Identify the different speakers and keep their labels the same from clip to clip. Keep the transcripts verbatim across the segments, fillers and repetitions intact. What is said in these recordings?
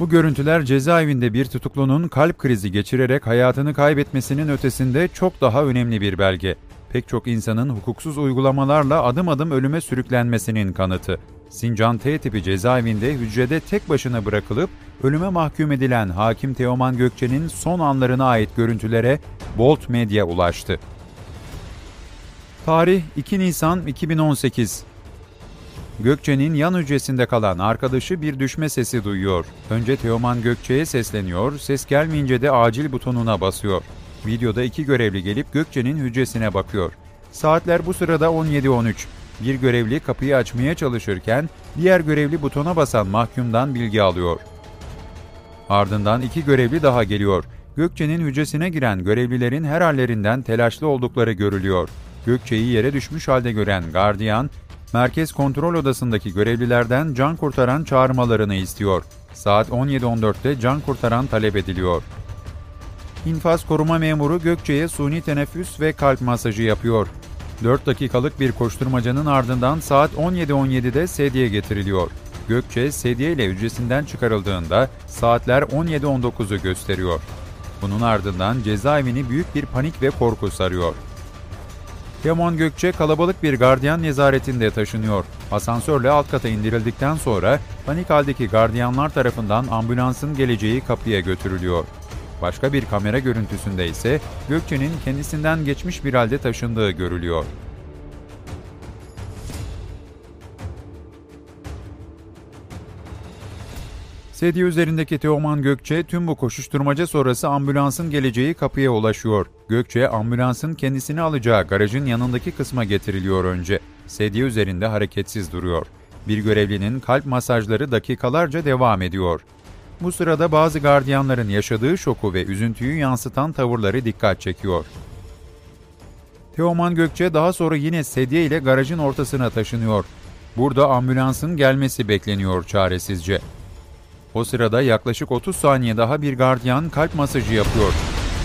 Speaker 1: Bu görüntüler cezaevinde bir tutuklunun kalp krizi geçirerek hayatını kaybetmesinin ötesinde çok daha önemli bir belge. Pek çok insanın hukuksuz uygulamalarla adım adım ölüme sürüklenmesinin kanıtı. Sincan T tipi cezaevinde hücrede tek başına bırakılıp ölüme mahkum edilen Hakim Teoman Gökçe'nin son anlarına ait görüntülere Bolt Medya ulaştı. Tarih iki Nisan iki bin on sekiz. Gökçe'nin yan hücresinde kalan arkadaşı bir düşme sesi duyuyor. Önce Teoman Gökçe'ye sesleniyor, ses gelmeyince de acil butonuna basıyor. Videoda iki görevli gelip Gökçe'nin hücresine bakıyor. Saatler bu sırada on yedi on üç. Bir görevli kapıyı açmaya çalışırken diğer görevli butona basan mahkumdan bilgi alıyor. Ardından iki görevli daha geliyor. Gökçe'nin hücresine giren görevlilerin her hallerinden telaşlı oldukları görülüyor. Gökçe'yi yere düşmüş halde gören gardiyan, merkez kontrol odasındaki görevlilerden can kurtaran çağırmalarını istiyor. Saat on yedi on dörtte can kurtaran talep ediliyor. İnfaz koruma memuru Gökçe'ye suni teneffüs ve kalp masajı yapıyor. dört dakikalık bir koşturmacanın ardından saat on yedi on yedide sedye getiriliyor. Gökçe, sedye ile hücresinden çıkarıldığında saatler on yedi on dokuzu gösteriyor. Bunun ardından cezaevini büyük bir panik ve korku sarıyor. Teoman Gökçe kalabalık bir gardiyan nezaretinde taşınıyor. Asansörle alt kata indirildikten sonra panik haldeki gardiyanlar tarafından ambulansın geleceği kapıya götürülüyor. Başka bir kamera görüntüsünde ise Gökçe'nin kendisinden geçmiş bir halde taşındığı görülüyor. Sedye üzerindeki Teoman Gökçe tüm bu koşuşturmaca sonrası ambulansın geleceği kapıya ulaşıyor. Gökçe ambulansın kendisini alacağı garajın yanındaki kısma getiriliyor önce. Sedye üzerinde hareketsiz duruyor. Bir görevlinin kalp masajları dakikalarca devam ediyor. Bu sırada bazı gardiyanların yaşadığı şoku ve üzüntüyü yansıtan tavırları dikkat çekiyor. Teoman Gökçe daha sonra yine sedye ile garajın ortasına taşınıyor. Burada ambulansın gelmesi bekleniyor çaresizce. O sırada yaklaşık otuz saniye daha bir gardiyan kalp masajı yapıyor.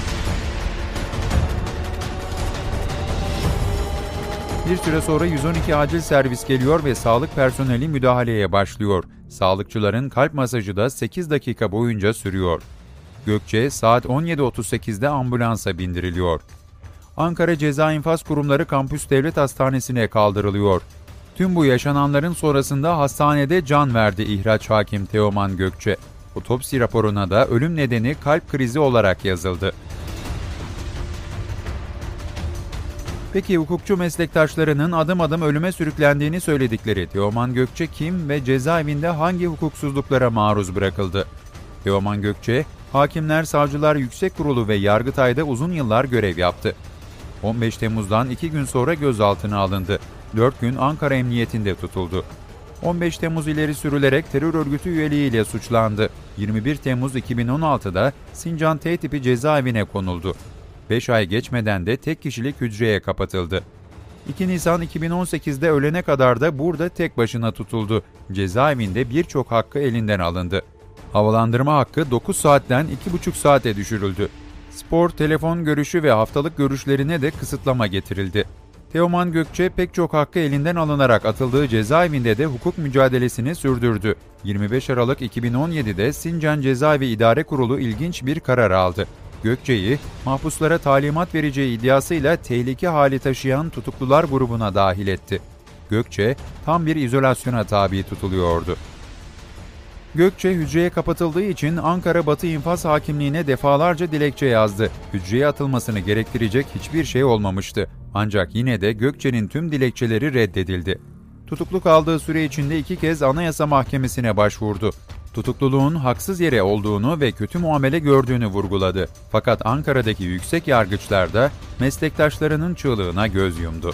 Speaker 1: Bir süre sonra yüz on iki acil servis geliyor ve sağlık personeli müdahaleye başlıyor. Sağlıkçıların kalp masajı da sekiz dakika boyunca sürüyor. Gökçe saat on yedi otuz sekizde ambulansa bindiriliyor. Ankara Ceza İnfaz Kurumları Kampüs Devlet Hastanesi'ne kaldırılıyor. Tüm bu yaşananların sonrasında hastanede can verdi ihraç hakim Teoman Gökçe. Otopsi raporuna da ölüm nedeni kalp krizi olarak yazıldı. Peki hukukçu meslektaşlarının adım adım ölüme sürüklendiğini söyledikleri Teoman Gökçe kim ve cezaevinde hangi hukuksuzluklara maruz bırakıldı? Teoman Gökçe, Hakimler Savcılar Yüksek Kurulu ve Yargıtay'da uzun yıllar görev yaptı. on beş Temmuz'dan iki gün sonra gözaltına alındı. dört gün Ankara Emniyetinde tutuldu. on beş Temmuz ileri sürülerek terör örgütü üyeliğiyle suçlandı. yirmi bir Temmuz iki bin on altıda Sincan T tipi cezaevine konuldu. beş ay geçmeden de tek kişilik hücreye kapatıldı. iki Nisan iki bin on sekizde ölene kadar da burada tek başına tutuldu. Cezaevinde birçok hakkı elinden alındı. Havalandırma hakkı dokuz saatten iki buçuk saate düşürüldü. Spor, telefon görüşü ve haftalık görüşlerine de kısıtlama getirildi. Teoman Gökçe pek çok hakkı elinden alınarak atıldığı cezaevinde de hukuk mücadelesini sürdürdü. yirmi beş Aralık iki bin on yedide Sincan Cezaevi İdare Kurulu ilginç bir karar aldı. Gökçe'yi mahpuslara talimat vereceği iddiasıyla tehlike hali taşıyan tutuklular grubuna dahil etti. Gökçe tam bir izolasyona tabi tutuluyordu. Gökçe hücreye kapatıldığı için Ankara Batı İnfaz Hakimliği'ne defalarca dilekçe yazdı. Hücreye atılmasını gerektirecek hiçbir şey olmamıştı. Ancak yine de Gökçe'nin tüm dilekçeleri reddedildi. Tutukluk aldığı süre içinde iki kez Anayasa Mahkemesi'ne başvurdu. Tutukluluğun haksız yere olduğunu ve kötü muamele gördüğünü vurguladı. Fakat Ankara'daki yüksek yargıçlar da meslektaşlarının çığlığına göz yumdu.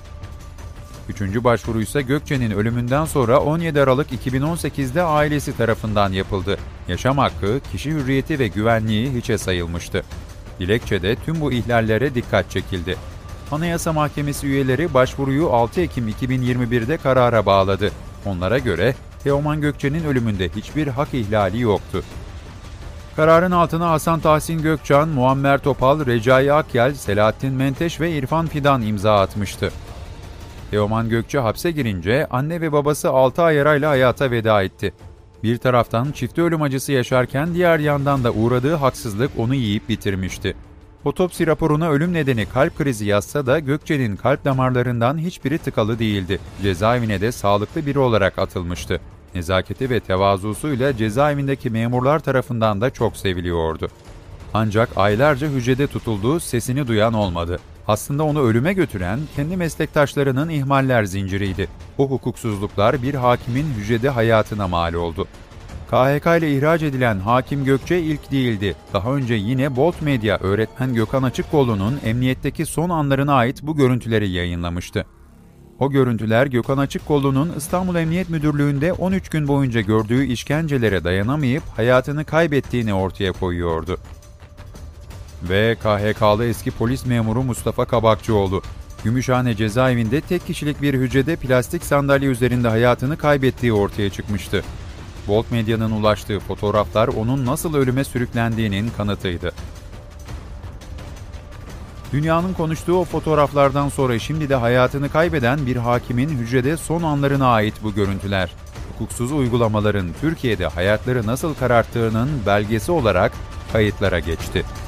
Speaker 1: Üçüncü başvuru ise Gökçe'nin ölümünden sonra on yedi Aralık iki bin on sekizde ailesi tarafından yapıldı. Yaşam hakkı, kişi hürriyeti ve güvenliği hiçe sayılmıştı. Dilekçede tüm bu ihlallere dikkat çekildi. Anayasa Mahkemesi üyeleri başvuruyu altı Ekim iki bin yirmi birde karara bağladı. Onlara göre Teoman Gökçe'nin ölümünde hiçbir hak ihlali yoktu. Kararın altına Hasan Tahsin Gökçan, Muammer Topal, Recai Akyel, Selahattin Menteş ve İrfan Fidan imza atmıştı. Teoman Gökçe hapse girince anne ve babası altı ay arayla hayata veda etti. Bir taraftan çifte ölüm acısı yaşarken diğer yandan da uğradığı haksızlık onu yiyip bitirmişti. Otopsi raporuna ölüm nedeni kalp krizi yazsa da Gökçe'nin kalp damarlarından hiçbiri tıkalı değildi. Cezaevine de sağlıklı biri olarak atılmıştı. Nezaketi ve tevazusuyla cezaevindeki memurlar tarafından da çok seviliyordu. Ancak aylarca hücrede tutulduğu sesini duyan olmadı. Aslında onu ölüme götüren kendi meslektaşlarının ihmaller zinciriydi. O hukuksuzluklar bir hakimin hücrede hayatına mal oldu. K H K ile ihraç edilen Hakim Gökçe ilk değildi. Daha önce yine Bolt Medya öğretmen Gökhan Açıkkollu'nun emniyetteki son anlarına ait bu görüntüleri yayınlamıştı. O görüntüler Gökhan Açıkkollu'nun İstanbul Emniyet Müdürlüğü'nde on üç gün boyunca gördüğü işkencelere dayanamayıp hayatını kaybettiğini ortaya koyuyordu. Ve K H K'lı eski polis memuru Mustafa Kabakçıoğlu, Gümüşhane cezaevinde tek kişilik bir hücrede plastik sandalye üzerinde hayatını kaybettiği ortaya çıkmıştı. Bolt Medya'nın ulaştığı fotoğraflar onun nasıl ölüme sürüklendiğinin kanıtıydı. Dünyanın konuştuğu o fotoğraflardan sonra şimdi de hayatını kaybeden bir hakimin hücrede son anlarına ait bu görüntüler. Hukuksuz uygulamaların Türkiye'de hayatları nasıl kararttığının belgesi olarak kayıtlara geçti.